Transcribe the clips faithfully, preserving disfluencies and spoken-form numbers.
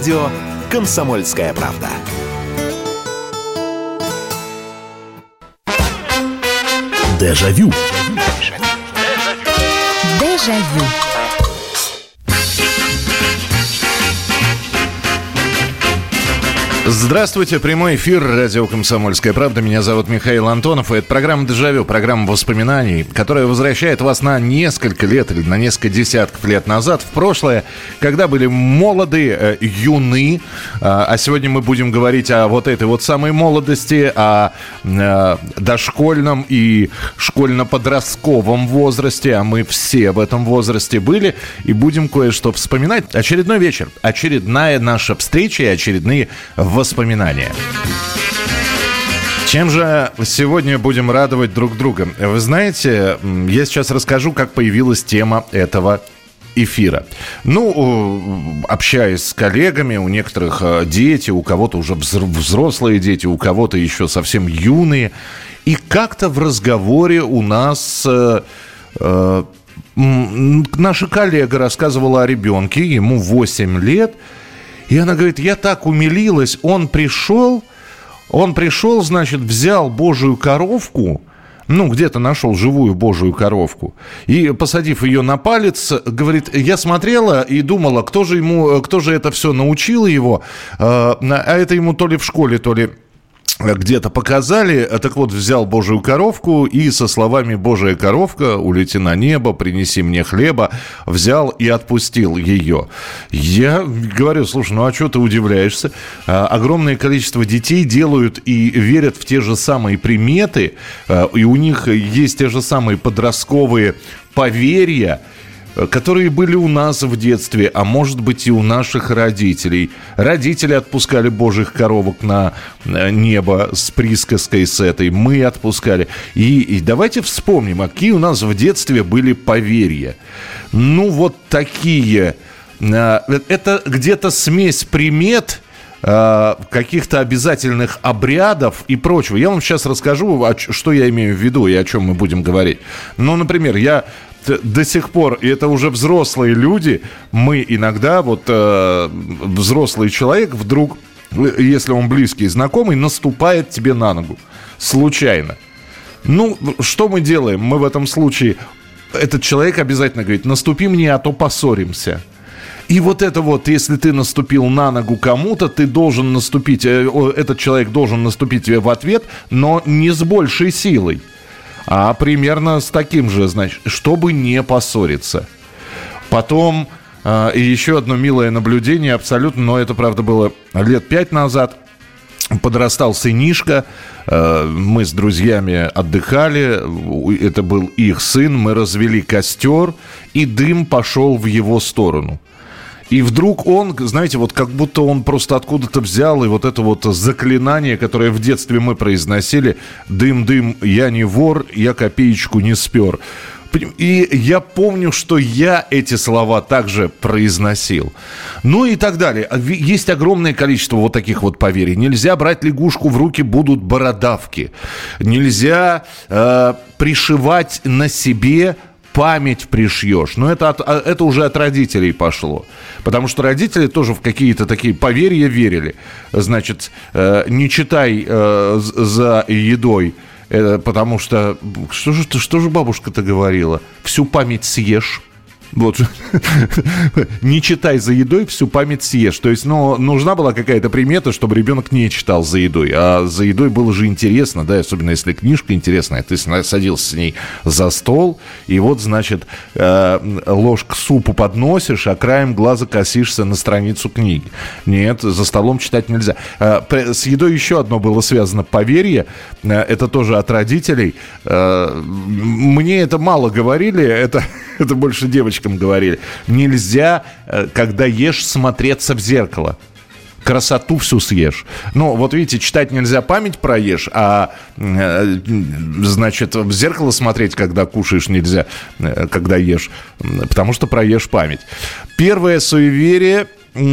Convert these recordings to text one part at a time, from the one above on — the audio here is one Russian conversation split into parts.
Радио «Комсомольская правда». Дежавю. Дежавю. Здравствуйте, прямой эфир радио «Комсомольская правда». Меня зовут Михаил Антонов, и это программа «Дежавю», программа воспоминаний, которая возвращает вас на несколько лет или на несколько десятков лет назад, в прошлое, когда были молоды, э, юны. Э, а сегодня мы будем говорить о вот этой вот самой молодости, о э, дошкольном и школьно-подростковом возрасте, а мы все в этом возрасте были, и будем кое-что вспоминать. Очередной вечер, очередная наша встреча и очередные воспоминания. Чем же сегодня будем радовать друг друга? Вы знаете, я сейчас расскажу, как появилась тема этого эфира. Ну, общаясь с коллегами, у некоторых дети, у кого-то уже взрослые дети, у кого-то еще совсем юные. И как-то в разговоре у нас э, э, наша коллега рассказывала о ребенке, ему восемь лет. И она говорит, я так умилилась, он пришел, он пришел, значит, взял божью коровку, ну, где-то нашел живую божью коровку, и, посадив ее на палец, говорит, я смотрела и думала, кто же ему, кто же это все научил его, а это ему то ли в школе, то ли где-то показали. Так вот, взял божью коровку и со словами «Божья коровка, улети на небо, принеси мне хлеба», взял и отпустил ее. Я говорю, слушай, ну а что ты удивляешься? Огромное количество детей делают и верят в те же самые приметы, и у них есть те же самые подростковые поверья, которые были у нас в детстве, а может быть и у наших родителей. Родители отпускали божьих коровок на небо с присказкой с этой, мы отпускали. И, и давайте вспомним, какие у нас в детстве были поверья. Ну, вот такие. Это где-то смесь примет, каких-то обязательных обрядов и прочего. Я вам сейчас расскажу, что я имею в виду и о чем мы будем говорить. Ну, например, я до сих пор, и это уже взрослые люди, мы иногда, вот э, взрослый человек вдруг, если он близкий, знакомый, наступает тебе на ногу. Случайно. Ну, что мы делаем? Мы в этом случае, этот человек обязательно говорит, наступи мне, а то поссоримся. И вот это вот, если ты наступил на ногу кому-то, ты должен наступить, этот человек должен наступить тебе в ответ, но не с большей силой, а примерно с таким же, значит, чтобы не поссориться. Потом э, еще одно милое наблюдение, абсолютно, но это, правда, было лет пять назад. Подрастал сынишка, э, мы с друзьями отдыхали, это был их сын, мы развели костер, и дым пошел в его сторону. И вдруг он, знаете, вот как будто он просто откуда-то взял, и вот это вот заклинание, которое в детстве мы произносили, «Дым-дым, я не вор, я копеечку не спер». И я помню, что я эти слова также произносил. Ну и так далее. Есть огромное количество вот таких вот поверий. Нельзя брать лягушку в руки, будут бородавки. Нельзя э, пришивать на себе... память пришьешь. Но это, от, это уже от родителей пошло. Потому что родители тоже в какие-то такие поверья верили. Значит, э, не читай э, за едой, э, потому что... Что же, что же бабушка-то говорила? Всю память съешь. Вот. Не читай за едой, всю память съешь. То есть, ну, нужна была какая-то примета, чтобы ребенок не читал за едой. А за едой было же интересно, да, особенно если книжка интересная. Ты садился с ней за стол, и вот, значит, э, ложку супу подносишь, а краем глаза косишься на страницу книги. Нет, за столом читать нельзя. Э, с едой еще одно было связано поверье. Э, это тоже от родителей. Э, мне это мало говорили, это, это больше девочки говорили. Нельзя, когда ешь, смотреться в зеркало. Красоту всю съешь. Ну, вот видите, читать нельзя, память проешь, а, значит, в зеркало смотреть, когда кушаешь, нельзя, когда ешь, потому что проешь память. Первое суеверие,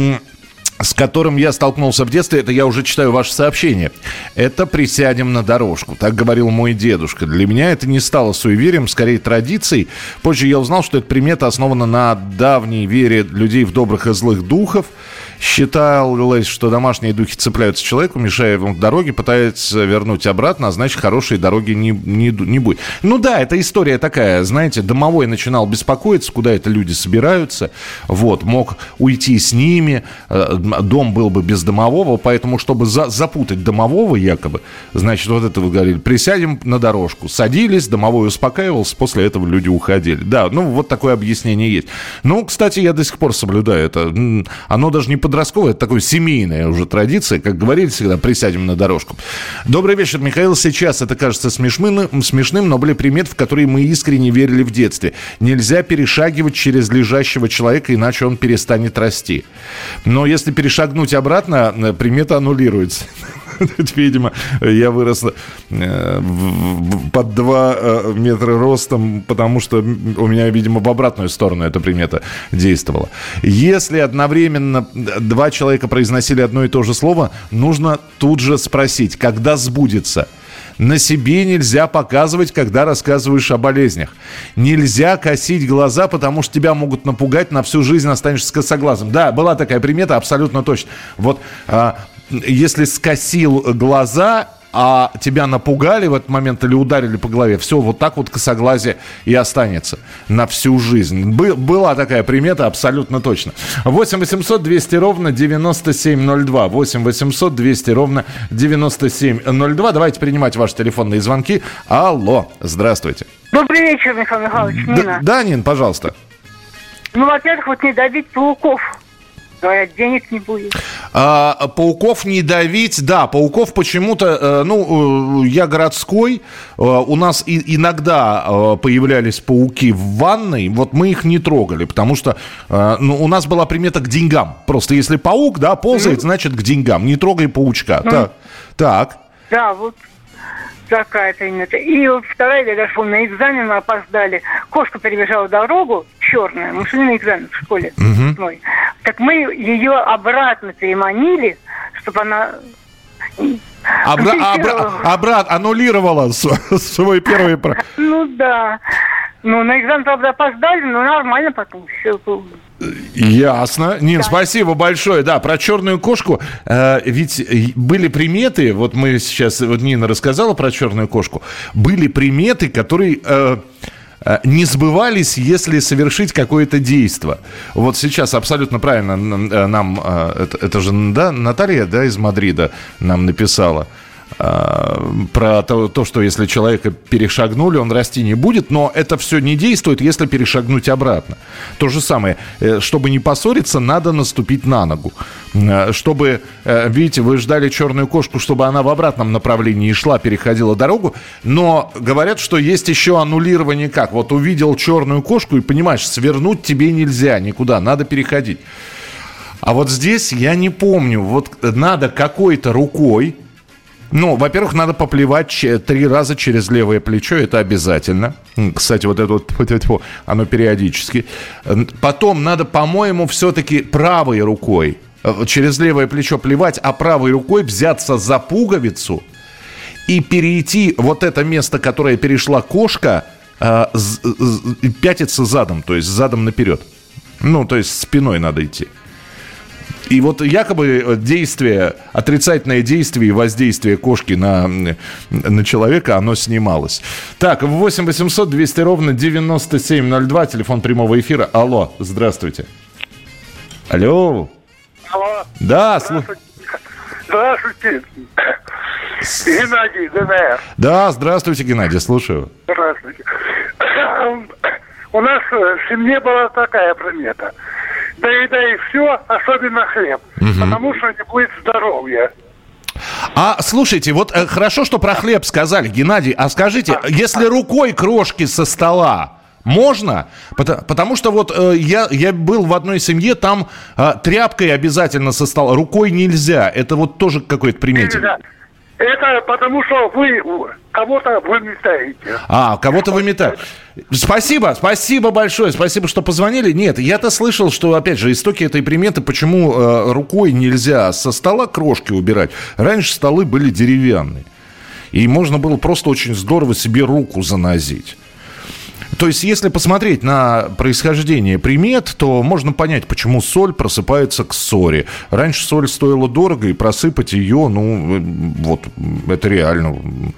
с которым я столкнулся в детстве, это я уже читаю ваше сообщение. Это «присядем на дорожку». Так говорил мой дедушка. Для меня это не стало суеверием, скорее традицией. Позже я узнал, что эта примета основана на давней вере людей в добрых и злых духов. Считалось, что домашние духи цепляются к человеку, мешая ему к дороге, пытаются вернуть обратно, а значит, хорошей дороги не, не, не будет. Ну да, эта история такая, знаете, домовой начинал беспокоиться, куда это люди собираются, вот, мог уйти с ними, дом был бы без домового, поэтому, чтобы за, запутать домового якобы, значит, вот это вы говорили, присядем на дорожку, садились, домовой успокаивался, после этого люди уходили. Да, ну вот такое объяснение есть. Ну, кстати, я до сих пор соблюдаю это. Оно даже не подростковое, это такое семейная уже традиция, как говорили всегда, присядем на дорожку. Добрый вечер, Михаил. Сейчас это кажется смешным, смешным, но были приметы, в которые мы искренне верили в детстве. Нельзя перешагивать через лежащего человека, иначе он перестанет расти. Но если перешагнуть обратно, примета аннулируется. Видимо, я вырос под два метра ростом, потому что у меня, видимо, в обратную сторону эта примета действовала. Если одновременно два человека произносили одно и то же слово, нужно тут же спросить, когда сбудется. На себе нельзя показывать, когда рассказываешь о болезнях. Нельзя косить глаза, потому что тебя могут напугать, на всю жизнь останешься косоглазым. Да, была такая примета, абсолютно точно. Вот а, если скосил глаза, а тебя напугали в этот момент или ударили по голове, все, вот так вот косоглазие и останется на всю жизнь. Бы, была такая примета, абсолютно точно. восемь восемьсот двести ровно девяносто семь ноль два. восемь восемьсот двести ровно девяносто семь ноль два. Давайте принимать ваши телефонные звонки. Алло, здравствуйте. Добрый вечер, Михаил Михайлович. Нина. Да, да, Нин, пожалуйста. Ну, во-первых, вот не добить пауков. Говорят, денег не будет. А, пауков не давить, да, пауков почему-то, ну, я городской, у нас и, иногда появлялись пауки в ванной, вот мы их не трогали, потому что, ну, у нас была примета к деньгам, просто если паук, да, ползает, mm-hmm. значит, к деньгам, не трогай паучка. Mm-hmm. Так, так. Да, вот такая примета. И вот вторая, я даже помню, на экзамен опоздали, кошка перебежала дорогу, черная, мы шли на экзамен в школе, mm-hmm. Так мы ее обратно переманили, чтобы она... Обра- обра- обратно аннулировала свой первый... Ну да. Ну, на экзамен, правда, опоздали, но нормально потом все было. Ясно. Нин, да. Спасибо большое. Да, про черную кошку. Э, ведь были приметы, вот мы сейчас, вот Нина рассказала про черную кошку, были приметы, которые... Э, не сбывались, если совершить какое-то действие. Вот сейчас абсолютно правильно нам, это, это же, да, Наталья, да, из Мадрида нам написала про то, то, что если человека перешагнули, он расти не будет, но это все не действует, если перешагнуть обратно. То же самое, чтобы не поссориться, надо наступить на ногу. Чтобы, видите, вы ждали черную кошку, чтобы она в обратном направлении шла, переходила дорогу, но говорят, что есть еще аннулирование как? Вот увидел черную кошку и понимаешь, свернуть тебе нельзя никуда, надо переходить. А вот здесь я не помню, вот надо какой-то рукой. Ну, во-первых, надо поплевать три раза через левое плечо, это обязательно. Кстати, вот это вот, вот это, оно периодически. Потом надо, по-моему, все-таки правой рукой через левое плечо плевать, а правой рукой взяться за пуговицу и перейти вот это место, которое перешла кошка, пятиться задом, то есть задом наперед. Ну, то есть спиной надо идти. И вот якобы действие, отрицательное действие и воздействие кошки на, на человека, оно снималось. Так, восемь восемьсот двести ровно девяносто семь ноль два, телефон прямого эфира. Алло, здравствуйте. Алло. Алло. Да, здравствуйте. Здравствуйте. Геннадий, ДНР. Да, здравствуйте, Геннадий, слушаю. Здравствуйте. У нас в семье была такая примета. Доедай все, особенно хлеб, угу. потому что не будет здоровья. А, слушайте, вот э, хорошо, что про хлеб сказали, Геннадий, а скажите, а, если а... рукой крошки со стола, можно? Потому, потому что вот э, я, я был в одной семье, там э, тряпкой обязательно со стола, рукой нельзя, это вот тоже какой-то примете. Нельзя. Это потому, что вы кого-то выметаете. А, кого-то выметаете. Спасибо, спасибо большое, спасибо, что позвонили. Нет, я-то слышал, что, опять же, истоки этой приметы, почему э, рукой нельзя со стола крошки убирать. Раньше столы были деревянные. И можно было просто очень здорово себе руку занозить. То есть, если посмотреть на происхождение примет, то можно понять, почему соль просыпается к ссоре. Раньше соль стоила дорого, и просыпать ее, ну, вот, это реально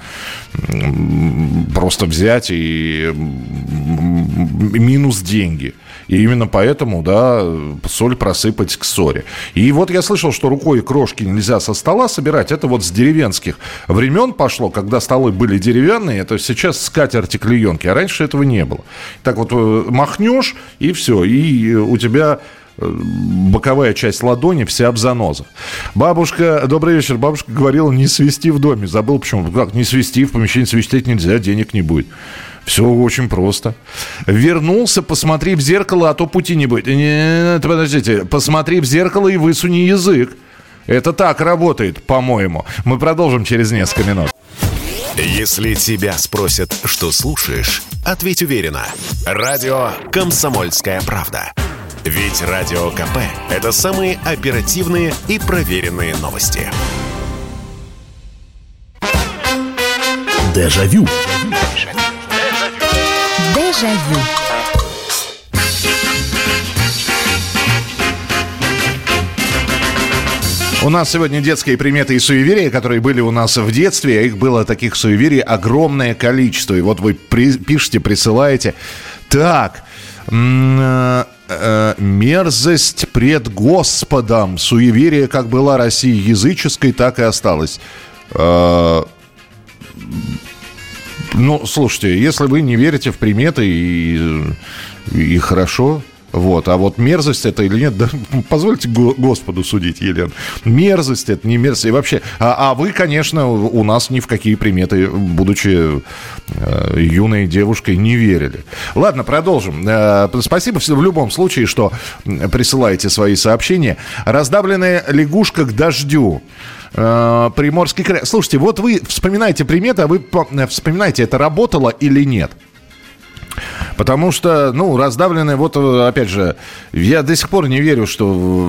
просто взять и минус деньги. И именно поэтому, да, соль просыпать к ссоре. И вот я слышал, что рукой крошки нельзя со стола собирать. Это вот с деревенских времен пошло, когда столы были деревянные. Это сейчас скатерти клеенки, а раньше этого не было. Так вот махнешь, и все. И у тебя боковая часть ладони вся об занозах. Бабушка, добрый вечер. Бабушка говорила, не свисти в доме. Забыл почему. Как не свисти, в помещении свистеть нельзя, денег не будет. Все очень просто. Вернулся, посмотри в зеркало, а то пути не будет. Нет, подождите, посмотри в зеркало и высуни язык. Это так работает, по-моему. Мы продолжим через несколько минут. Если тебя спросят, что слушаешь, ответь уверенно. Радио «Комсомольская правда». Ведь Радио КП – это самые оперативные и проверенные новости. Дежавю. Дежавю. У нас сегодня детские приметы и суеверия, которые были у нас в детстве. Их было, таких суеверий, огромное количество. И вот вы при, пишете, присылаете. Так, м- э- мерзость пред Господом. Суеверие как была Россия языческой, так и осталось. Э- ну, слушайте, если вы не верите в приметы, и, и хорошо... Вот, а вот мерзость это или нет, да, позвольте Господу судить, Елена. Мерзость это не мерзость. И вообще, а, а вы, конечно, у нас ни в какие приметы, будучи э, юной девушкой, не верили. Ладно, продолжим. Э, спасибо в любом случае, что присылаете свои сообщения. Раздавленная лягушка к дождю. Э, Приморский край. Слушайте, вот вы вспоминаете приметы, а вы вспоминаете, это работало или нет? Потому что, ну, раздавленная, вот, опять же, я до сих пор не верю, что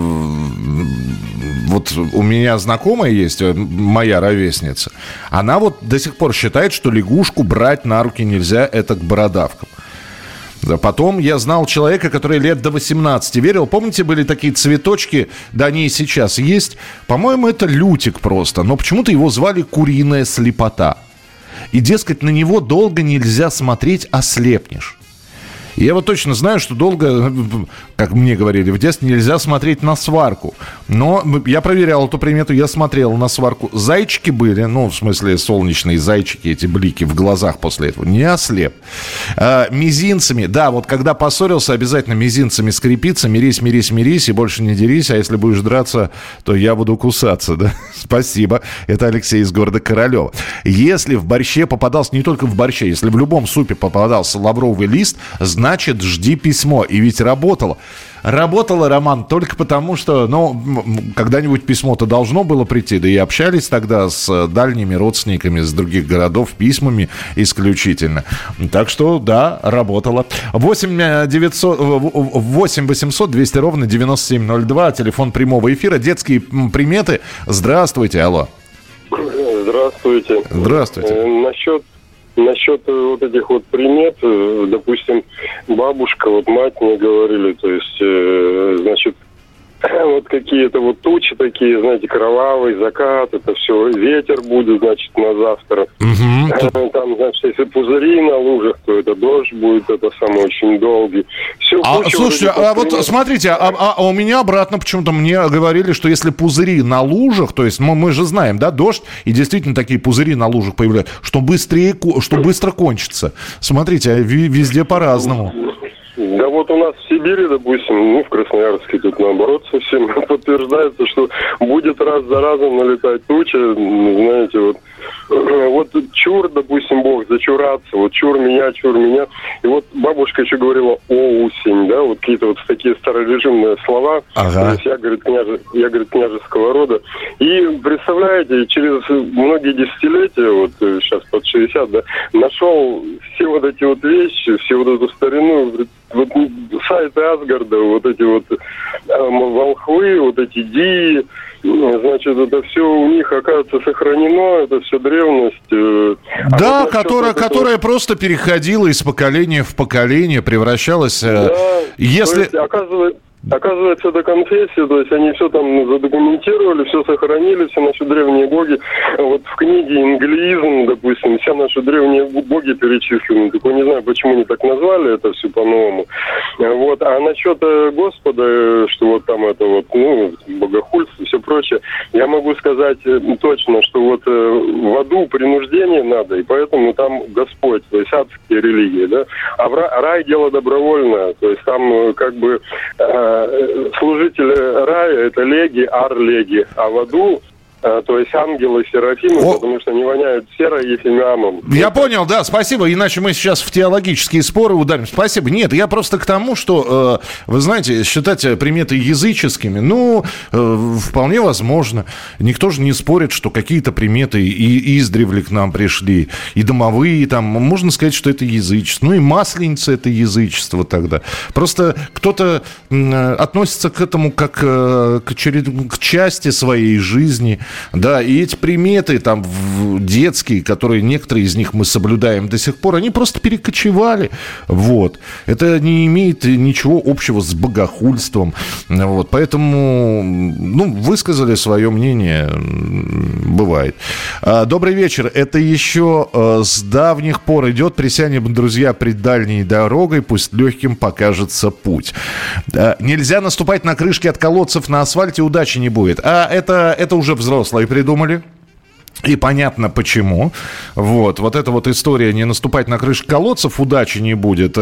вот у меня знакомая есть, моя ровесница, она вот до сих пор считает, что лягушку брать на руки нельзя, это к бородавкам. Потом я знал человека, который лет до восемнадцати верил. Помните, были такие цветочки, да они и сейчас есть. По-моему, это лютик просто, но почему-то его звали куриная слепота. И, дескать, на него долго нельзя смотреть, ослепнешь. И я вот точно знаю, что долго, как мне говорили в детстве, нельзя смотреть на сварку. Но я проверял эту примету, я смотрел на сварку. Зайчики были, ну, в смысле, солнечные зайчики, эти блики в глазах после этого. Не ослеп. А, мизинцами, да, вот когда поссорился, обязательно мизинцами скрепиться. Мирись, мирись, мирись и больше не дерись. А если будешь драться, то я буду кусаться, да. Спасибо. Это Алексей из города Королева. Если в борще попадался, не только в борще, если в любом супе попадался лавровый лист, значит, жди письмо. И ведь работало. Работало, Роман, только потому, что, ну, когда-нибудь письмо-то должно было прийти. Да и общались тогда с дальними родственниками с других городов письмами исключительно. Так что, да, работало. восемь девятьсот, восемь восемьсот двести ровно девяносто семь ноль два. Телефон прямого эфира. Детские приметы. Здравствуйте, алло. Здравствуйте. Здравствуйте. Э, насчет Насчет вот этих вот примет, допустим, бабушка, вот мать мне говорили, то есть, э, значит, вот какие-то вот тучи такие, знаете, кровавый закат, это все, ветер будет, значит, на завтра. Угу. Там, значит, если пузыри на лужах, то это дождь будет, это самый очень долгий. Все, а, слушайте, а вот примет. Смотрите, а, а, а у меня обратно почему-то мне говорили, что если пузыри на лужах, то есть мы, мы же знаем, да, дождь, и действительно такие пузыри на лужах появляются, что быстрее, что быстро кончится. Смотрите, везде по-разному. Да вот у нас в Сибири, допустим, ну, в Красноярске тут наоборот совсем подтверждается, что будет раз за разом налетать туча, знаете, вот, вот чур, допустим, Бог, зачураться, вот чур меня, чур меня. И вот бабушка еще говорила осень, да, вот какие-то вот такие старорежимные слова. Ага. То есть я, говорит, княже, я, говорит, княжеского рода. И, представляете, через многие десятилетия, вот сейчас под шестьдесят, да, нашел все вот эти вот вещи, все вот эту старину, говорит, вот сайты Асгарда, вот эти вот э, волхвы, вот эти дии, значит, это все у них, оказывается, сохранено, это все древность. Да, а вот которая, этого... которая просто переходила из поколения в поколение, превращалась... Да, если... то есть, оказывается... Оказывается, это конфессия, то есть они все там задокументировали, все сохранили, все наши древние боги. Вот в книге «Инглиизм», допустим, все наши древние боги перечислены. Только не знаю, почему они так назвали это все по-новому. Вот. А насчет Господа, что вот там это вот, ну, богохульство и все прочее, я могу сказать точно, что вот в аду принуждение надо, и поэтому там Господь, то есть адские религии, да. А в рай дело добровольное, то есть там как бы... служители рая — это леги, ар-леги, а в аду, то есть ангелы, серафимы, О. потому что они воняют серой и фимиамом. Я понял, да, спасибо, иначе мы сейчас в теологические споры ударим. Спасибо. Нет, я просто к тому, что, э, вы знаете, считать приметы языческими, ну, э, вполне возможно. Никто же не спорит, что какие-то приметы и издревле к нам пришли, и домовые там, можно сказать, что это язычество. Ну, и масленица — это язычество тогда. Просто кто-то э, относится к этому как э, к, черед... к части своей жизни. Да, и эти приметы там детские, которые некоторые из них мы соблюдаем до сих пор, они просто перекочевали. Вот. Это не имеет ничего общего с богохульством. Вот. Поэтому, ну, высказали свое мнение. Бывает. Добрый вечер. Это еще с давних пор идет. Присядем, друзья, пред дальней дорогой, пусть легким покажется путь. Нельзя наступать на крышки от колодцев на асфальте, удачи не будет. А это, это уже взрослые придумали. И понятно почему. Вот, вот эта вот история не наступать на крыши колодцев, удачи не будет.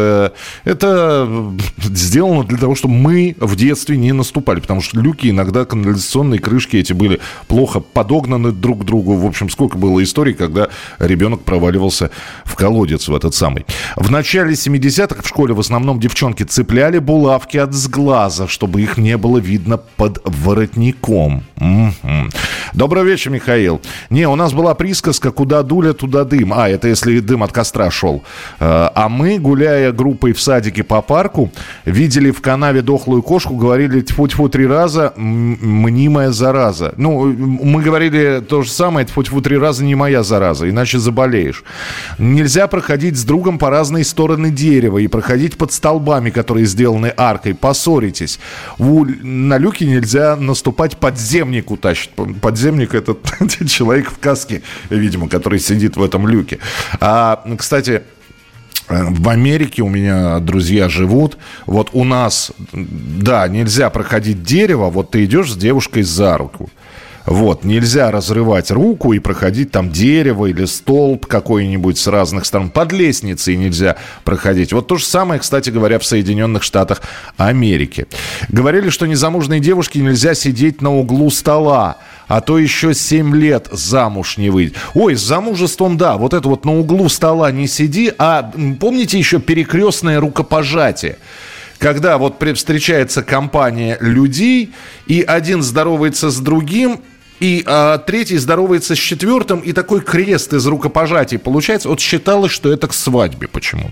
Это сделано для того, чтобы мы в детстве не наступали. Потому что люки, иногда канализационные крышки эти были плохо подогнаны друг к другу. В общем, сколько было историй, когда ребенок проваливался в колодец в этот самый. В начале семидесятых в школе в основном девчонки цепляли булавки от сглаза, чтобы их не было видно под воротником. Угу. Добрый вечер, Михаил. Не, у нас была присказка «куда дуля, туда дым». А, это если дым от костра шел. А мы, гуляя группой в садике по парку, видели в канаве дохлую кошку, говорили «тьфу-тьфу» три раза, мнимая зараза. Ну, мы говорили то же самое «тьфу-тьфу» три раза, не моя зараза, иначе заболеешь. Нельзя проходить с другом по разные стороны дерева и проходить под столбами, которые сделаны аркой. Поссоритесь. У, на люке нельзя наступать, подземнику тащит. Подземник — это человек в каске, видимо, который сидит в этом люке. А, кстати, в Америке у меня друзья живут. Вот у нас, да, нельзя проходить дерево. Вот ты идешь с девушкой за руку. Вот, нельзя разрывать руку и проходить там дерево или столб какой-нибудь с разных сторон. Под лестницей нельзя проходить. Вот то же самое, кстати говоря, в Соединенных Штатах Америки. Говорили, что незамужней девушке нельзя сидеть на углу стола, а то еще семь лет замуж не выйдет. Ой, с замужеством, да, вот это вот на углу стола не сиди, а помните еще перекрестное рукопожатие? Когда вот встречается компания людей, и один здоровается с другим, и а, третий здоровается с четвертым, и такой крест из рукопожатий получается. Вот считалось, что это к свадьбе почему-то.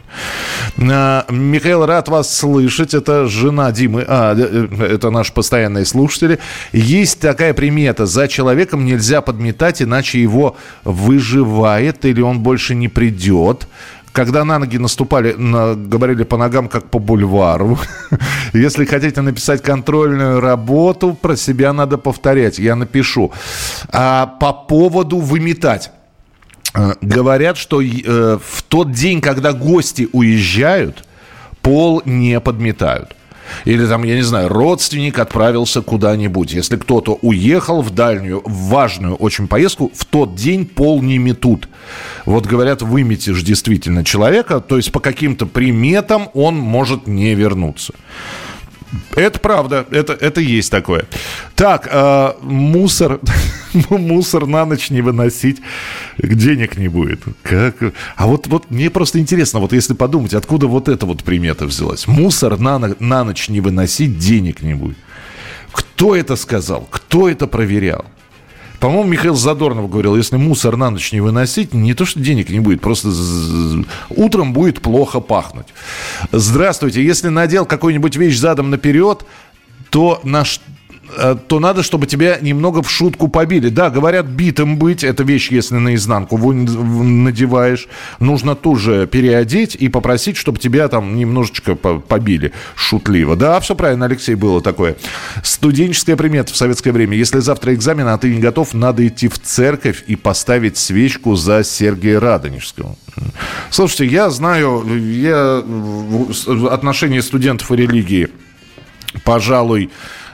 А, Михаил, рад вас слышать. Это жена Димы. А, это наши постоянные слушатели. Есть такая примета. За человеком нельзя подметать, иначе его выживает, или он больше не придет. Когда на ноги наступали, на, говорили по ногам, как по бульвару. Если хотите написать контрольную работу, про себя надо повторять. Я напишу. А по поводу выметать. Говорят, что э, в тот день, когда гости уезжают, пол не подметают. Или там, я не знаю, родственник отправился куда-нибудь. Если кто-то уехал в дальнюю, в важную очень поездку, в тот день пол не метут. Вот говорят, выметишь действительно человека, то есть по каким-то приметам он может не вернуться. Это правда, это, это есть такое. Так, э, мусор, мусор на ночь не выносить, денег не будет. Как? А вот, вот мне просто интересно, вот если подумать, откуда вот эта вот примета взялась. Мусор на, на ночь не выносить, денег не будет. Кто это сказал? Кто это проверял? По-моему, Михаил Задорнов говорил, если мусор на ночь не выносить, не то что денег не будет, просто утром будет плохо пахнуть. Здравствуйте. Если надел какую-нибудь вещь задом наперед, то на, то надо, чтобы тебя немного в шутку побили. Да, говорят, битым быть, это вещь, если наизнанку надеваешь, нужно тут же переодеть и попросить, чтобы тебя там немножечко побили шутливо. Да, все правильно, Алексей, было такое. Студенческая примета в советское время. Если завтра экзамен, а ты не готов, надо идти в церковь и поставить свечку за Сергия Радонежского. Слушайте, я знаю, я отношения студентов и религии, пожалуй,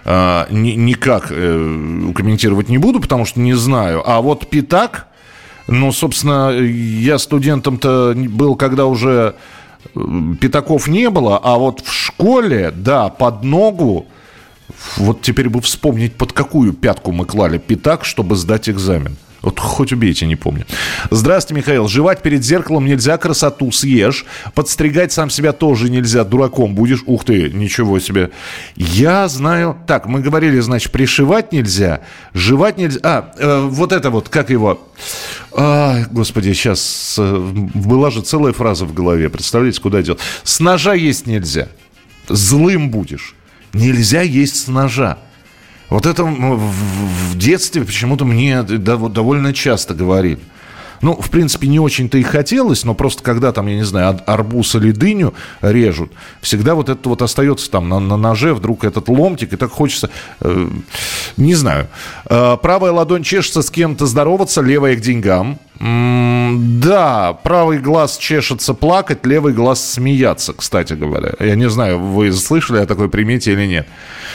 никак комментировать не буду, потому что не знаю. А вот Пятак, ну, собственно, я студентом-то был, когда уже пятаков не было, а вот в школе, да, под ногу, вот теперь бы вспомнить, под какую пятку мы клали пятак, чтобы сдать экзамен. Вот хоть убейте, не помню. Здравствуйте, Михаил. Жевать перед зеркалом нельзя, красоту съешь. Подстригать сам себя тоже нельзя, дураком будешь. Ух ты, ничего себе. Я знаю... Так, мы говорили, значит, пришивать нельзя, жевать нельзя... А, э, вот это вот, как его... А, господи, сейчас... Э, была же целая фраза в голове. Представляете, куда идет? С ножа есть нельзя. Злым будешь. Нельзя есть с ножа. Вот это в детстве почему-то мне довольно часто говорили. Ну, в принципе, не очень-то и хотелось, но просто когда там, я не знаю, арбуз или дыню режут, всегда вот это вот остается там на, на ноже, вдруг этот ломтик, и так хочется, э, не знаю. Э, правая ладонь чешется с кем-то здороваться, левая к деньгам. М-м, да, правый глаз чешется плакать, левый глаз смеяться, кстати говоря. Я не знаю, вы слышали о такой примете или нет.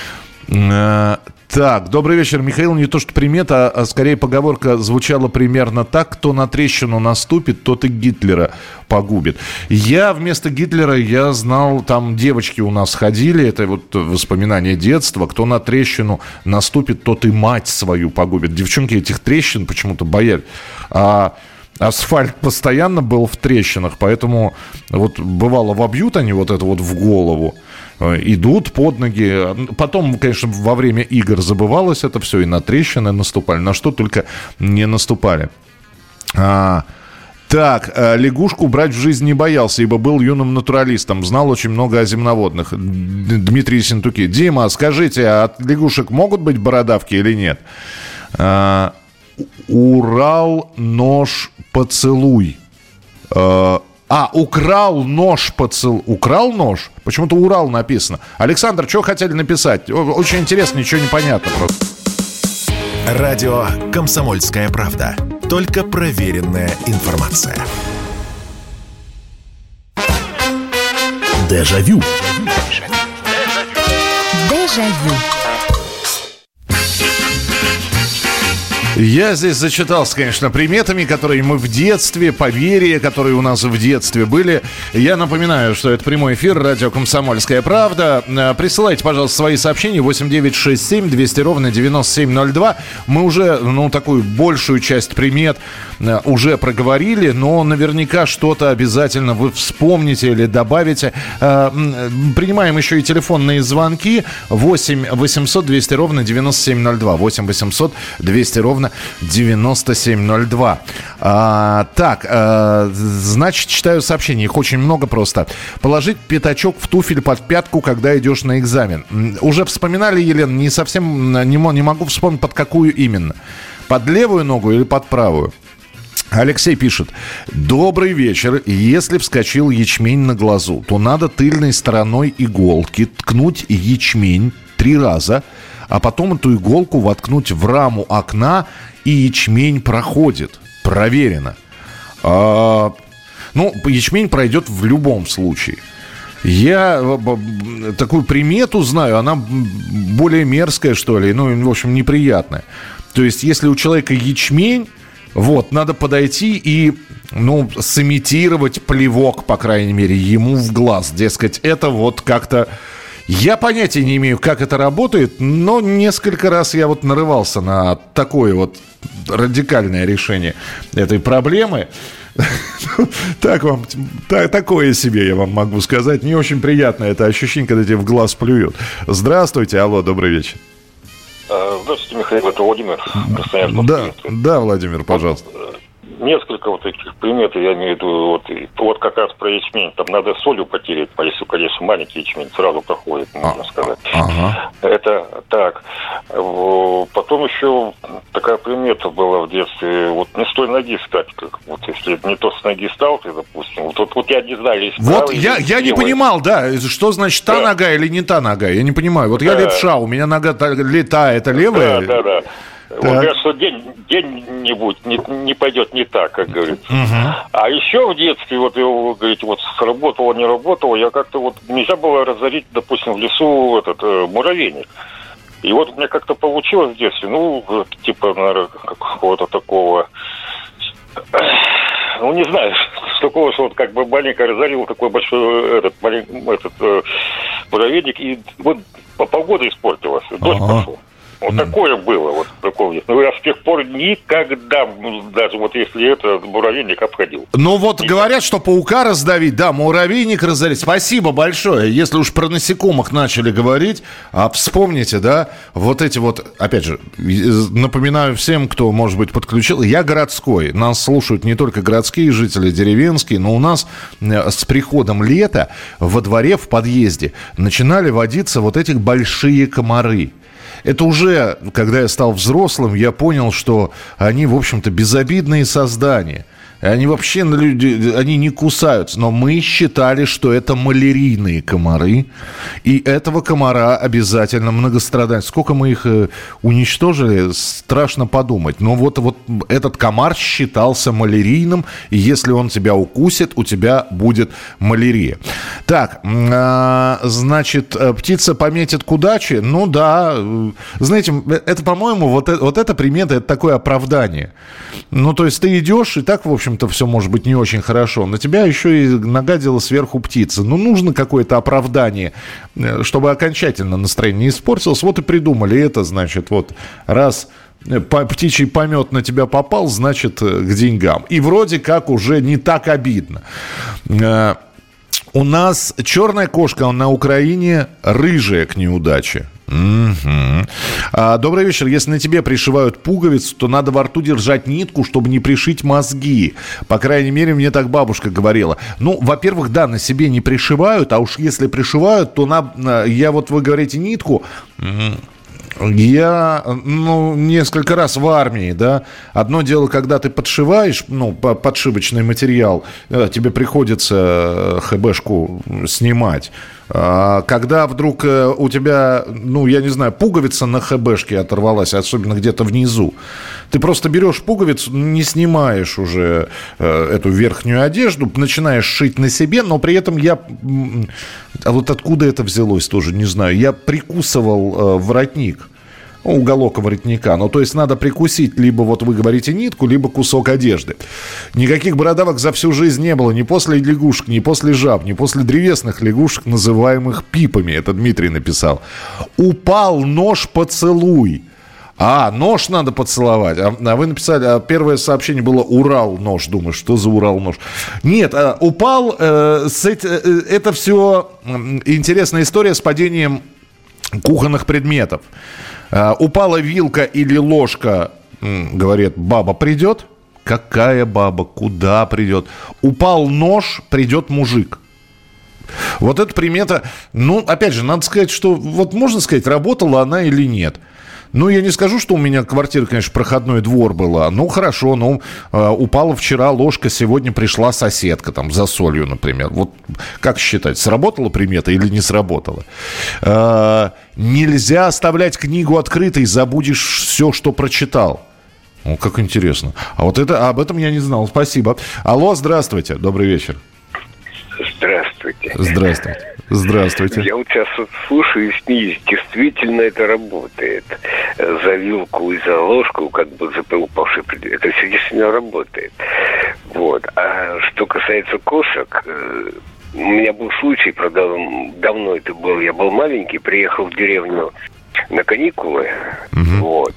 Э, Так, добрый вечер, Михаил. Не то что примета, а скорее поговорка звучала примерно так: кто на трещину наступит, тот и Гитлера погубит. Я вместо Гитлера, я знал, там девочки у нас ходили, это вот воспоминания детства, кто на трещину наступит, тот и мать свою погубит. Девчонки этих трещин почему-то боялись. А асфальт постоянно был в трещинах, поэтому вот бывало вобьют они вот это вот в голову, идут под ноги. Потом, конечно, во время игр забывалось это все, и на трещины наступали, на что только не наступали. А, так, лягушку брать в жизнь не боялся, ибо был юным натуралистом, знал очень много о земноводных. Дмитрий Сентуки. Дима, скажите, а от лягушек могут быть бородавки или нет? А, Урал, нож, поцелуй. А, А, украл нож, поцелуй. Украл нож? Почему-то Урал написано. Александр, что хотели написать? Очень интересно, ничего не понятно просто. Радио «Комсомольская правда». Только проверенная информация. Дежавю. Дежавю. Я здесь зачитался, конечно, приметами, которые мы в детстве, поверья, которые у нас в детстве были. Я напоминаю, что это прямой эфир, радио «Комсомольская правда». Присылайте, пожалуйста, свои сообщения восемь девятьсот шестьдесят семь двести ровно девяносто семь ноль два. Мы уже, ну, такую большую часть примет уже проговорили, но наверняка что-то обязательно вы вспомните или добавите. Принимаем еще и телефонные звонки. восемь восемьсот двести ровно девяносто семь ноль два. восемь восемьсот двести ровно девяносто семь ноль два. А, так, а, значит, читаю сообщения. Их очень много просто. Положить пятачок в туфель под пятку, когда идешь на экзамен. Уже вспоминали, Елена, не совсем, не, не могу вспомнить, под какую именно. Под левую ногу или под правую? Алексей пишет. Добрый вечер. Если вскочил ячмень на глазу, то надо тыльной стороной иголки ткнуть ячмень три раза, а потом эту иголку воткнуть в раму окна, и ячмень проходит. Проверено. А, ну, ячмень пройдет в любом случае. Я такую примету знаю, она более мерзкая, что ли, ну, в общем, неприятная. То есть, если у человека ячмень, вот, надо подойти и, ну, сымитировать плевок, по крайней мере, ему в глаз. Дескать, это вот как-то... Я понятия не имею, как это работает, но несколько раз я вот нарывался на такое вот радикальное решение этой проблемы. Так вам, такое себе я вам могу сказать. Не очень приятно это ощущение, когда тебе в глаз плюют. Здравствуйте, алло, добрый вечер. Здравствуйте, Михаил, это Владимир. Да, да, Владимир, пожалуйста. несколько вот таких примет, я имею в виду, вот, вот как раз про ячмень, там надо солью потереть, если, конечно, маленький ячмень, сразу проходит, можно сказать. Ага. Это так. Потом еще такая примета была в детстве, вот не с той ноги стать, как, вот если не то с ноги стал ты, допустим, вот, вот, вот я не знаю, есть вот я, я не понимал, да, что значит та да. нога или не та нога, я не понимаю, вот я да. левша, у меня нога та, та это левая. Да, да, да. Вот говорят, что день, день не будет, не, не пойдет не так, как говорится. Uh-huh. А еще в детстве, вот вы говорите, вот сработало, не работало, я как-то вот, нельзя было разорить, допустим, в лесу этот э, муравейник. И вот у меня как-то получилось в детстве, ну, типа, наверное, какого-то такого, ну, не знаю, с такого, что вот как бы маленько разорил такой большой этот, маленький, этот э, муравейник, и вот погода испортилась, дождь uh-huh. пошел. Вот mm. такое было, вот такое. Но я с тех пор никогда, даже вот если это муравейник обходил. Ну вот никогда. Говорят, что паука раздавить, да, муравейник разорить. Спасибо большое. Если уж про насекомых начали говорить, а вспомните, да, вот эти вот, опять же, напоминаю всем, кто, может быть, подключил, я городской. Нас слушают не только городские жители, деревенские, но у нас с приходом лета во дворе, в подъезде начинали водиться вот эти большие комары. Это уже, когда я стал взрослым, я понял, что они, в общем-то, безобидные создания. Они вообще, люди, они не кусаются. Но мы считали, что это малярийные комары. И этого комара обязательно многострадать. Сколько мы их уничтожили, страшно подумать. Но вот, вот этот комар считался малярийным. И если он тебя укусит, у тебя будет малярия. Так, э, значит, птица пометит к удаче. Ну да, знаете, это, по-моему, вот, вот эта примета, это такое оправдание. Ну, то есть ты идешь, и так, в общем, то все может быть не очень хорошо. На тебя еще и нагадила сверху птица. Ну, нужно какое-то оправдание, чтобы окончательно настроение не испортилось. Вот и придумали это, значит, вот раз птичий помет на тебя попал, значит, к деньгам. И вроде как уже не так обидно. У нас черная кошка на Украине рыжая к неудаче. Угу. А, добрый вечер. Если на тебе пришивают пуговицу, то надо во рту держать нитку, чтобы не пришить мозги. По крайней мере, мне так бабушка говорила. Ну, во-первых, да, на себе не пришивают, а уж если пришивают, то на, я вот, вы говорите, нитку... Я, ну, несколько раз в армии, да, одно дело, когда ты подшиваешь, ну, подшивочный материал, тебе приходится хэбэшку снимать. Когда вдруг у тебя, ну, я не знаю, пуговица на хэбэшке оторвалась, особенно где-то внизу, ты просто берешь пуговицу, не снимаешь уже эту верхнюю одежду, начинаешь шить на себе, но при этом я... А вот откуда это взялось, тоже не знаю. Я прикусывал воротник. Уголок воротника. Ну, то есть надо прикусить либо, вот вы говорите, нитку, либо кусок одежды. Никаких бородавок за всю жизнь не было. Ни после лягушек, ни после жаб, ни после древесных лягушек, называемых пипами. Это Дмитрий написал. Упал нож, поцелуй. А, нож надо поцеловать. А, а вы написали, а первое сообщение было «Урал нож». Думаю, что за Урал нож? Нет, а, упал, э, с, э, это все интересная история с падением кухонных предметов. А, упала вилка или ложка, говорит, баба придет. Какая баба? Куда придет? Упал нож, придет мужик. Вот эта примета, ну, опять же, надо сказать, что, вот можно сказать, работала она или нет. Ну, я не скажу, что у меня квартира, конечно, проходной двор была. Ну, хорошо, ну, э, упала вчера ложка, сегодня пришла соседка, там, за солью, например. Вот как считать, сработала примета или не сработала? Э, нельзя оставлять книгу открытой, забудешь все, что прочитал. Ну, как интересно. А вот это, об этом я не знал. Спасибо. Алло, здравствуйте, добрый вечер. Здравствуйте. Здравствуйте. Здравствуйте. Я вот сейчас вот слушаю и смеюсь. Действительно это работает. За вилку и за ложку, как бы за упавший предмет. Это все действительно работает. Вот. А что касается кошек, у меня был случай, правда, давно это был. Я был маленький, приехал в деревню на каникулы. Угу. Вот.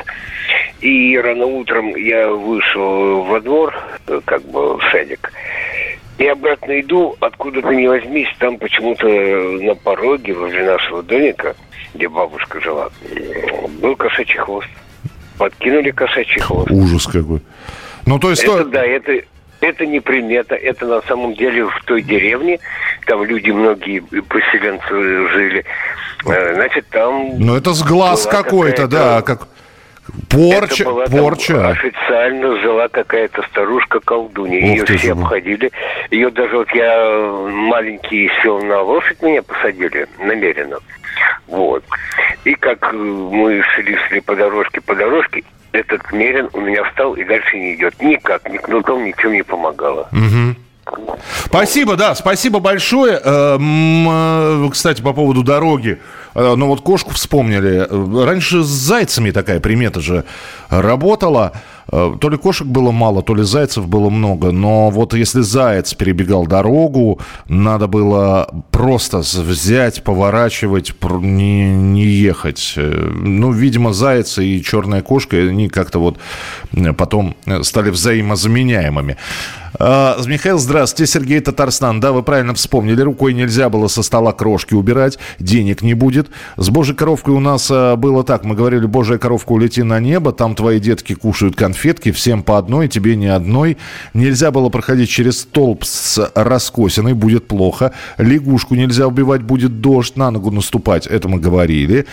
И рано утром я вышел во двор, как бы в садик. И обратно иду, откуда-то не возьмись, там почему-то на пороге возле нашего домика, где бабушка жила, был кошачий хвост. Подкинули кошачий хвост. Ужас какой. Ну, то есть... Это, то... да, это... Это не примета, это на самом деле в той деревне, там люди, многие поселенцы жили, значит, там... Ну, это сглаз какой-то, да, как... Порча, это была, порча. Официально жила какая-то старушка-колдунья. Ее все живу. обходили. Ее даже вот я маленький сел на лошадь, меня посадили намеренно. Вот. И как мы шли, шли по дорожке, по дорожке, этот мерин у меня встал и дальше не идет. Никак, ни кнутом, ничем не помогало. Угу. Спасибо, да, спасибо большое. Кстати, по поводу дороги. Ну вот кошку вспомнили. Раньше с зайцами такая примета же работала. То ли кошек было мало, то ли зайцев было много. Но вот если заяц перебегал дорогу, надо было просто взять, поворачивать, не, не ехать. Ну, видимо, заяц и черная кошка, они как-то вот потом стали взаимозаменяемыми. Михаил, здравствуйте. Сергей, Татарстан. Да, вы правильно вспомнили. Рукой нельзя было со стола крошки убирать. Денег не будет. С божьей коровкой у нас было так. Мы говорили, божья коровка, улети на небо. Там твои детки кушают конфетки. Всем по одной, тебе ни одной. Нельзя было проходить через столб с раскосиной. Будет плохо. Лягушку нельзя убивать. Будет дождь. На ногу наступать. Это мы говорили.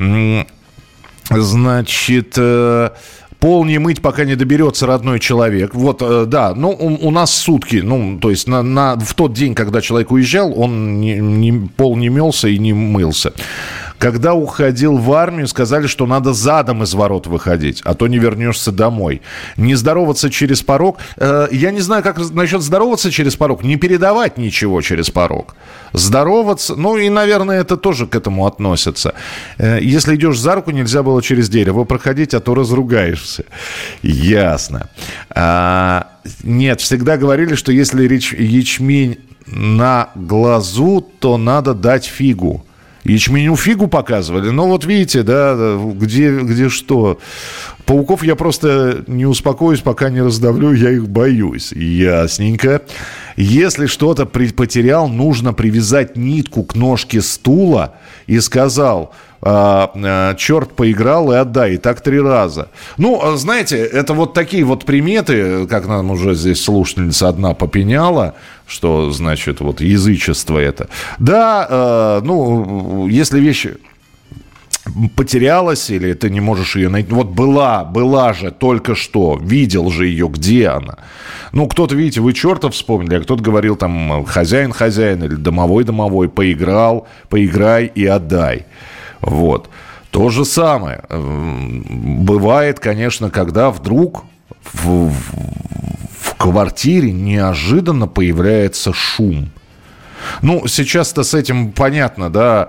Значит... Пол не мыть, пока не доберется родной человек. Вот, э, да, ну, у, у нас сутки, ну, то есть на, на, в тот день, когда человек уезжал, он не, не, пол не мелся и не мылся. Когда уходил в армию, сказали, что надо задом из ворот выходить, а то не вернешься домой. Не здороваться через порог. Э, я не знаю, как насчет здороваться через порог. Не передавать ничего через порог. Здороваться, ну и, наверное, это тоже к этому относится. Э, если идешь за руку, нельзя было через дерево проходить, а то разругаешься. Ясно. А, нет, всегда говорили, что если реч, ячмень на глазу, то надо дать фигу. Ячменю фигу показывали. Но вот видите, да, где, где что. Пауков я просто не успокоюсь, пока не раздавлю, я их боюсь. Ясненько. Если что-то потерял, нужно привязать нитку к ножке стула и сказал... А, а, черт поиграл и отдай. И так три раза. Ну, знаете, это вот такие вот приметы, как нам уже здесь слушательница одна попеняла, что, значит, вот язычество это. Да, э, ну, если вещь потерялась, или ты не можешь ее найти. Вот была, была же только что, видел же ее, где она. Ну, кто-то, видите, вы черта вспомнили, а кто-то говорил там хозяин-хозяин или домовой-домовой, поиграл, поиграй и отдай. Вот. То же самое. Бывает, конечно, когда вдруг в, в, в квартире неожиданно появляется шум. Ну, сейчас-то с этим понятно, да,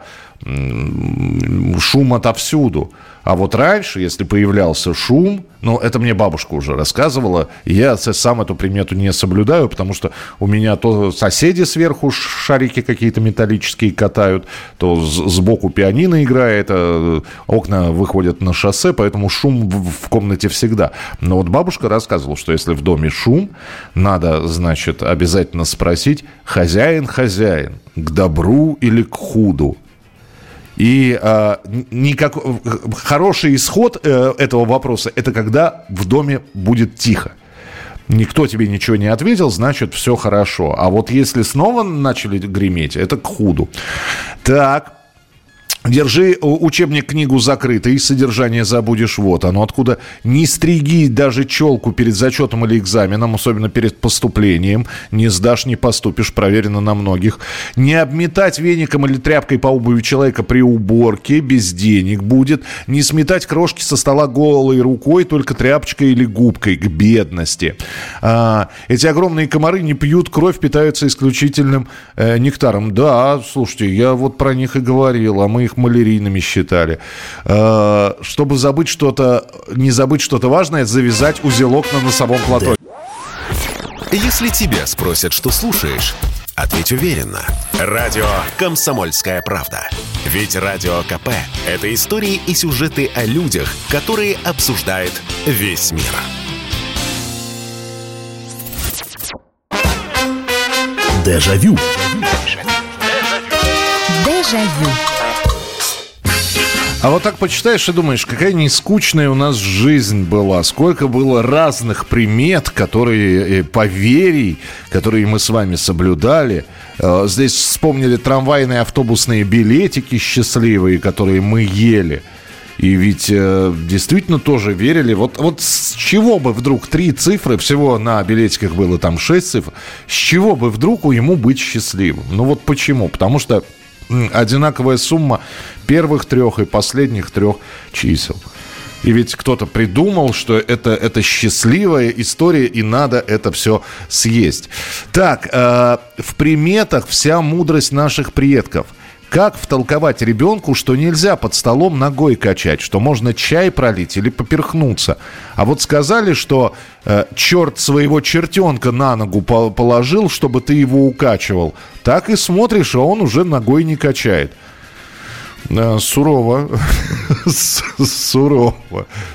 шум отовсюду. А вот раньше, если появлялся шум, ну, это мне бабушка уже рассказывала, я сам эту примету не соблюдаю, потому что у меня то соседи сверху шарики какие-то металлические катают, то сбоку пианино играет, окна выходят на шоссе, поэтому шум в комнате всегда. Но вот бабушка рассказывала, что если в доме шум, надо, значит, обязательно спросить: хозяин, хозяин, к добру или к худу? И э, никак... хороший исход э, этого вопроса – это когда в доме будет тихо. Никто тебе ничего не ответил, значит, все хорошо. А вот если снова начали греметь, это к худу. Так. Держи учебник, книгу закрытой, содержание забудешь. Вот оно откуда. Не стриги даже челку перед зачетом или экзаменом, особенно перед поступлением. Не сдашь, не поступишь, проверено на многих. Не обметать веником или тряпкой по обуви человека при уборке, без денег будет. Не сметать крошки со стола голой рукой, только тряпочкой или губкой, к бедности. А, эти огромные комары не пьют кровь, питаются исключительным э, нектаром. Да, слушайте, я вот про них и говорил, а мы их малярийными считали. Чтобы забыть что-то, не забыть что-то важное, завязать узелок на носовом платочке. Если тебя спросят, что слушаешь, ответь уверенно. Радио «Комсомольская правда». Ведь Радио КП – это истории и сюжеты о людях, которые обсуждает весь мир. Дежавю. Дежавю. А вот так почитаешь и думаешь, какая нескучная у нас жизнь была. Сколько было разных примет, которые, поверий, которые мы с вами соблюдали. Здесь вспомнили трамвайные автобусные билетики счастливые, которые мы ели. И ведь э, действительно тоже верили. Вот, вот с чего бы вдруг три цифры, всего на билетиках было там шесть цифр, с чего бы вдруг ему быть счастливым? Ну вот почему? Потому что м, одинаковая сумма первых трех и последних трех чисел. И ведь кто-то придумал, что это, это счастливая история, и надо это все съесть. Так, э, в приметах вся мудрость наших предков. Как втолковать ребенку, что нельзя под столом ногой качать, что можно чай пролить или поперхнуться? А вот сказали, что э, черт своего чертенка на ногу по- положил, чтобы ты его укачивал. Так и смотришь, а он уже ногой не качает. Э, сурово. Сурово.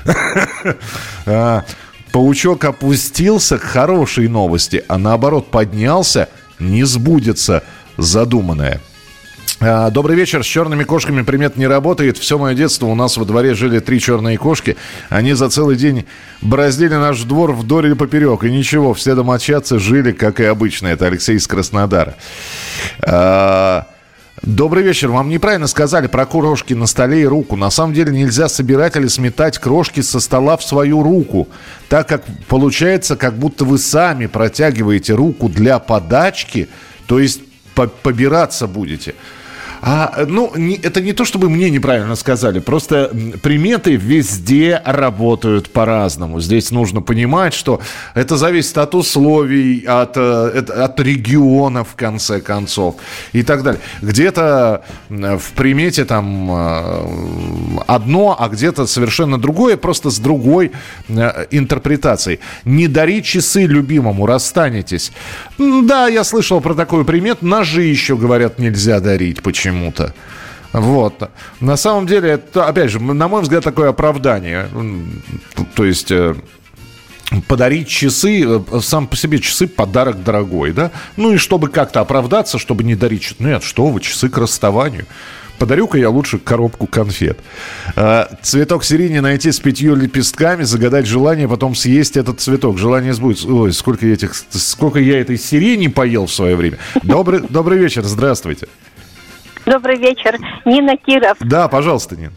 Паучок опустился к хорошей новости, а наоборот поднялся, не сбудется задуманное. Добрый вечер. С черными кошками примет не работает. Все мое детство у нас во дворе жили три черные кошки. Они за целый день бороздили наш двор вдоль и поперек. И ничего, все домочадцы жили, как и обычно. Это Алексей из Краснодара. Добрый вечер. Вам неправильно сказали про крошки на столе и руку. На самом деле нельзя собирать или сметать крошки со стола в свою руку, так как получается, как будто вы сами протягиваете руку для подачки, то есть побираться будете. А, ну, не, это не то, чтобы мне неправильно сказали, просто приметы везде работают по-разному. Здесь нужно понимать, что это зависит от условий, от, от региона, в конце концов, и так далее. Где-то в примете там одно, а где-то совершенно другое, просто с другой интерпретацией. Не дари часы любимому, расстанетесь. Да, я слышал про такую примету. Ножи еще, говорят, нельзя дарить. Почему? Почему-то. Вот. На самом деле, это, опять же, на мой взгляд, такое оправдание. То есть, э, подарить часы, сам по себе часы подарок дорогой, да? Ну и чтобы как-то оправдаться, чтобы не дарить часы. Нет, что вы, часы к расставанию. Подарю-ка я лучше коробку конфет. Э, цветок сирени найти с пятью лепестками, загадать желание, потом съесть этот цветок. Желание сбудется. Ой, сколько я, этих, сколько я этой сирени поел в свое время. Добрый, добрый вечер, здравствуйте. Добрый вечер. Нина Киров. Да, пожалуйста, Нина.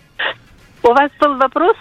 У вас был вопрос,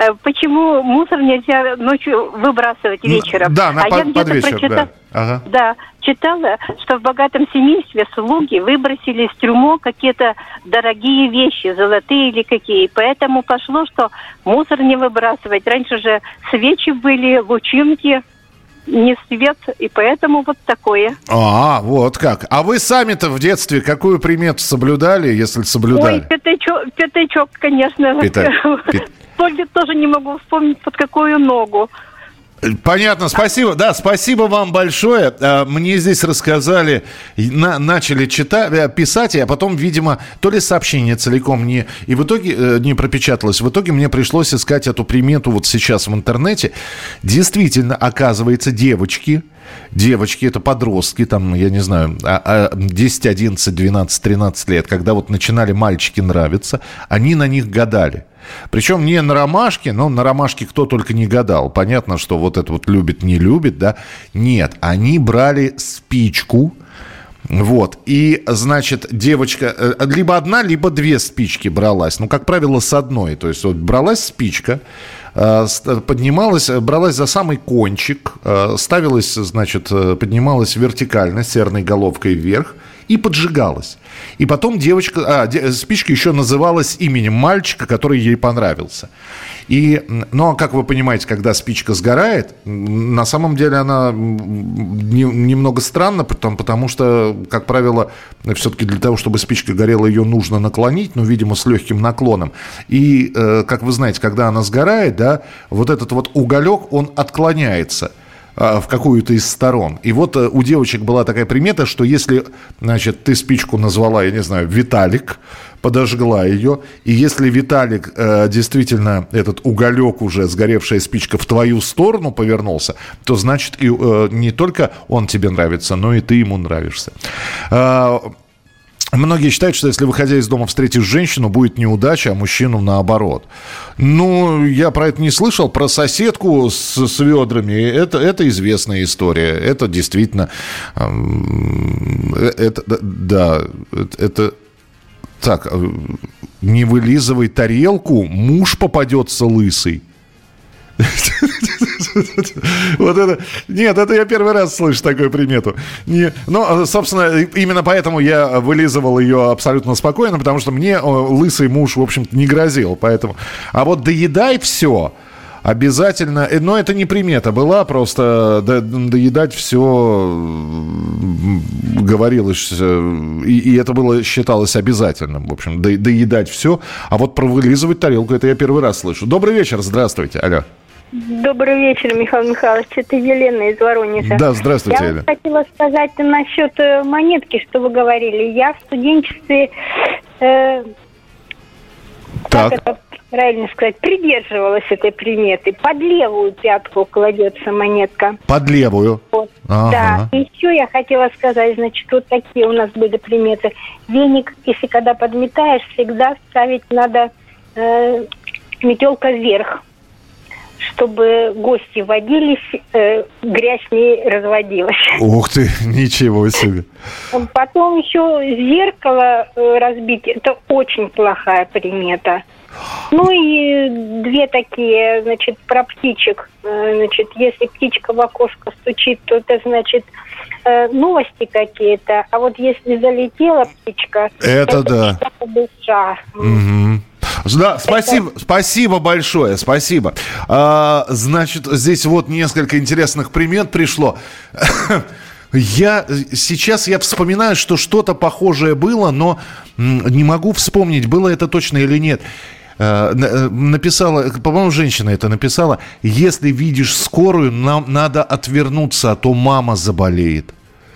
почему мусор нельзя ночью выбрасывать вечером. Да, на, а под, я где-то под вечер, прочитала, да. Ага. Да, читала, что в богатом семействе слуги выбросили из трюмо какие-то дорогие вещи, золотые или какие. Поэтому пошло, что мусор не выбрасывать. Раньше же свечи были, лучинки, не свет, и поэтому вот такое. А, вот как. А вы сами-то в детстве какую примету соблюдали, если соблюдали? Ой, пятачок, пятачок, конечно. Пята... Пят... Только тоже не могу вспомнить, под какую ногу. Понятно, спасибо. Да, спасибо вам большое. Мне здесь рассказали, на, начали читать, писать, а потом, видимо, то ли сообщение целиком не, и в итоге не пропечаталось. В итоге мне пришлось искать эту примету вот сейчас в интернете. Действительно, оказывается, девочки, девочки, это подростки, там, я не знаю, десять, одиннадцать, двенадцать, тринадцать лет, когда вот начинали мальчики нравиться, они на них гадали. Причем не на ромашке, но на ромашке кто только не гадал. Понятно, что вот это вот любит, не любит, да? Нет, они брали спичку, вот, и, значит, девочка, либо одна, либо две спички бралась. Ну, как правило, с одной. То есть вот бралась спичка, поднималась, бралась за самый кончик, ставилась, значит, поднималась вертикально, серной головкой вверх и поджигалась. И потом девочка, а, де, спичка еще называлась именем мальчика, который ей понравился. И, ну, а как вы понимаете, когда спичка сгорает, на самом деле она не, немного странна, потому, потому что, как правило, все-таки для того, чтобы спичка горела, ее нужно наклонить, ну, видимо, с легким наклоном. И, э, как вы знаете, когда она сгорает, да, вот этот вот уголек, он отклоняется в какую-то из сторон. И вот у девочек была такая примета, что если, значит, ты спичку назвала, я не знаю, Виталик, подожгла ее, и если Виталик э, действительно, этот уголек уже, сгоревшая спичка, в твою сторону повернулся, то значит и, э, не только он тебе нравится, но и ты ему нравишься. Многие считают, что если, выходя из дома, встретишь женщину, будет неудача, а мужчину наоборот. Ну, я про это не слышал. Про соседку с, с ведрами. Это, это известная история. Это действительно... Это, да, это... Так, не вылизывай тарелку, муж попадется лысый. Вот это... Нет, это я первый раз слышу такую примету. Не... Ну, собственно, именно поэтому я вылизывал ее абсолютно спокойно, потому что мне лысый муж, в общем-то, не грозил. Поэтому... А вот доедай все обязательно... Но это не примета была, просто до... доедать все говорилось, и, и это было, считалось обязательным. В общем, до... доедать все. А вот про вылизывать тарелку, это я первый раз слышу. Добрый вечер, здравствуйте, алло. Добрый вечер, Михаил Михайлович. Это Елена из Воронежа. Да, здравствуйте, Я Елена. Я хотела сказать насчет монетки, что вы говорили. Я в студенчестве, э, так. как это правильно сказать, придерживалась этой приметы. Под левую пятку кладется монетка. Под левую? Вот. Ага. Да. И еще я хотела сказать, значит, вот такие у нас были приметы. Веник, если когда подметаешь, всегда ставить надо э, метелка вверх, чтобы гости водились, э, грязь не разводилась. Ух ты, ничего себе. Потом еще зеркало э, разбить, это очень плохая примета. Ну и две такие, значит, про птичек. Э, значит, если птичка в окошко стучит, то это значит э, новости какие-то. А вот если залетела птичка, это, это да. душа. Угу. Да, спасибо, это... спасибо большое, спасибо. А, значит, здесь вот несколько интересных примет пришло. Я сейчас я вспоминаю, что что-то похожее было, но не могу вспомнить, было это точно или нет. Написала, по-моему, женщина это написала: если видишь скорую, нам надо отвернуться, а то мама заболеет.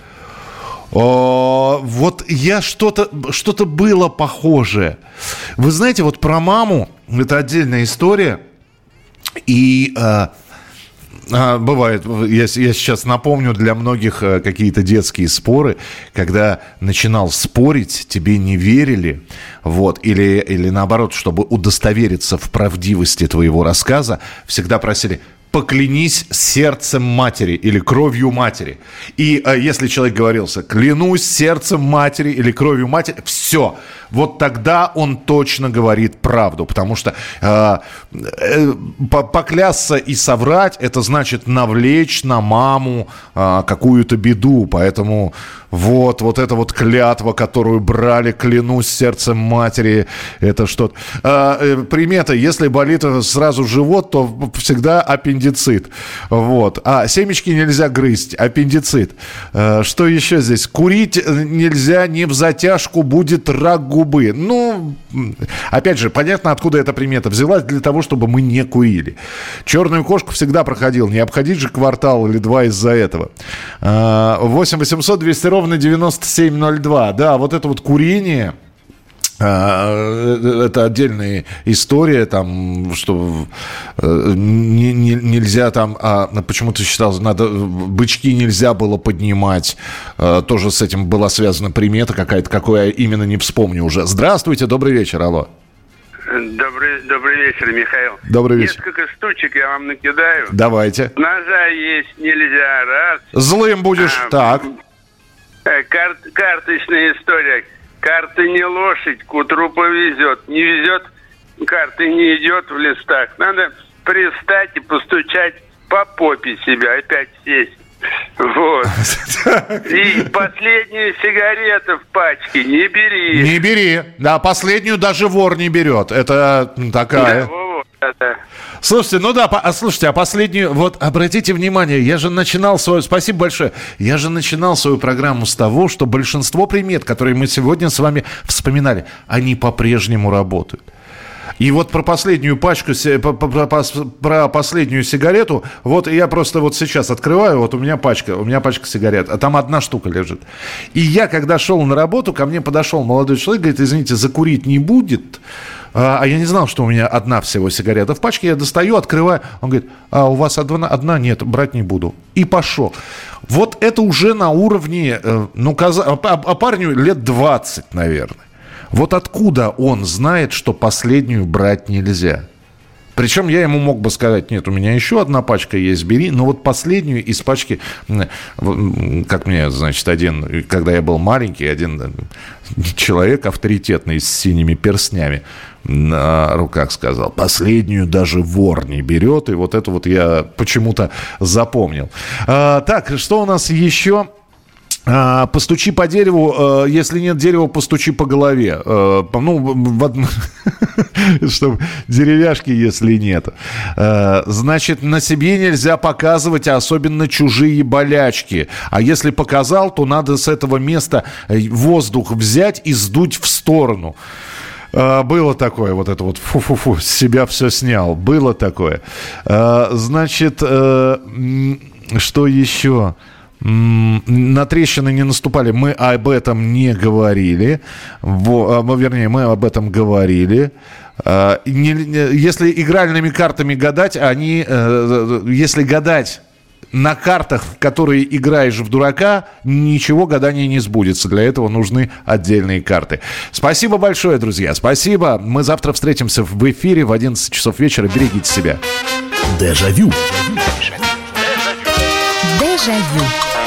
О, вот я что-то, что-то было похожее. Вы знаете, вот про маму, это отдельная история. И а, а, бывает, я, я сейчас напомню для многих а, какие-то детские споры, когда начинал спорить, тебе не верили, вот, или, или наоборот, чтобы удостовериться в правдивости твоего рассказа, всегда просили: поклянись сердцем матери или кровью матери. И э, если человек говорился: клянусь сердцем матери или кровью матери, все. Вот тогда он точно говорит правду. Потому что э, э, поклясться и соврать — это значит навлечь на маму э, какую-то беду. Поэтому вот, вот эта вот клятва, которую брали: клянусь сердцем матери, это что-то. Э, э, примета: если болит сразу живот, то всегда аппендицит. Вот. А семечки нельзя грызть, аппендицит. Э, что еще здесь? Курить нельзя, не в затяжку, будет рак губы. Ну, опять же, понятно, откуда эта примета взялась: для того, чтобы мы не курили. Черную кошку всегда проходил, не обходить же квартал или два из-за этого. Э, восемь восемьсот двести ровно девяносто семь ноль два. Да, вот это вот курение... Это отдельная история, там, что не, не, нельзя там, а почему-то считал, надо, бычки нельзя было поднимать, тоже с этим была связана примета какая-то, какую я именно не вспомню уже. Здравствуйте, добрый вечер, алло. Добрый, добрый вечер, Михаил. Добрый вечер. Несколько штучек я вам накидаю. Давайте. Ножа есть нельзя, раз. Злым будешь, а, так. Кар- карточная история. Карта не лошадь, к утру повезет. Не везет, карта не идет в листах. Надо пристать и постучать по попе себя, опять сесть. Вот. И последнюю сигарету в пачке не бери. Не бери. Да, последнюю даже вор не берет. Это такая... Да, вот, да. Слушайте, ну да, а слушайте, а последнюю, вот обратите внимание, я же начинал свою, спасибо большое, я же начинал свою программу с того, что большинство примет, которые мы сегодня с вами вспоминали, они по-прежнему работают. И вот про последнюю пачку, про, про, про последнюю сигарету, вот я просто вот сейчас открываю, вот у меня пачка, у меня пачка сигарет, а там одна штука лежит. И я, когда шел на работу, ко мне подошел молодой человек, говорит, извините, закурить не будет? А я не знал, что у меня одна всего сигарета в пачке. Я достаю, открываю. Он говорит, а у вас одна? Одна? Нет, брать не буду. И пошел. Вот это уже на уровне, ну, каза... а парню лет двадцать, наверное. Вот откуда он знает, что последнюю брать нельзя? Причем я ему мог бы сказать, нет, у меня еще одна пачка есть, бери. Но вот последнюю из пачки, как мне, значит, один, когда я был маленький, один человек авторитетный с синими перстнями на руках сказал, последнюю даже вор не берет. И вот это вот я почему-то запомнил. А, так, что у нас еще? А, постучи по дереву, а, если нет дерева, постучи по голове. А, ну, в од... чтобы деревяшки, если нет. А, значит, на себе нельзя показывать, а особенно чужие болячки. А если показал, то надо с этого места воздух взять и сдуть в сторону. А, было такое, вот это вот фу-фу-фу, с себя все снял. Было такое. А, значит, а, что еще? На трещины не наступали, мы об этом не говорили, Во, вернее, мы об этом говорили. Если игральными картами гадать, они, если гадать на картах, в которые играешь в дурака, ничего гадания не сбудется. Для этого нужны отдельные карты. Спасибо большое, друзья, спасибо. Мы завтра встретимся в эфире в одиннадцать часов вечера. Берегите себя. Дежавю. Дежавю.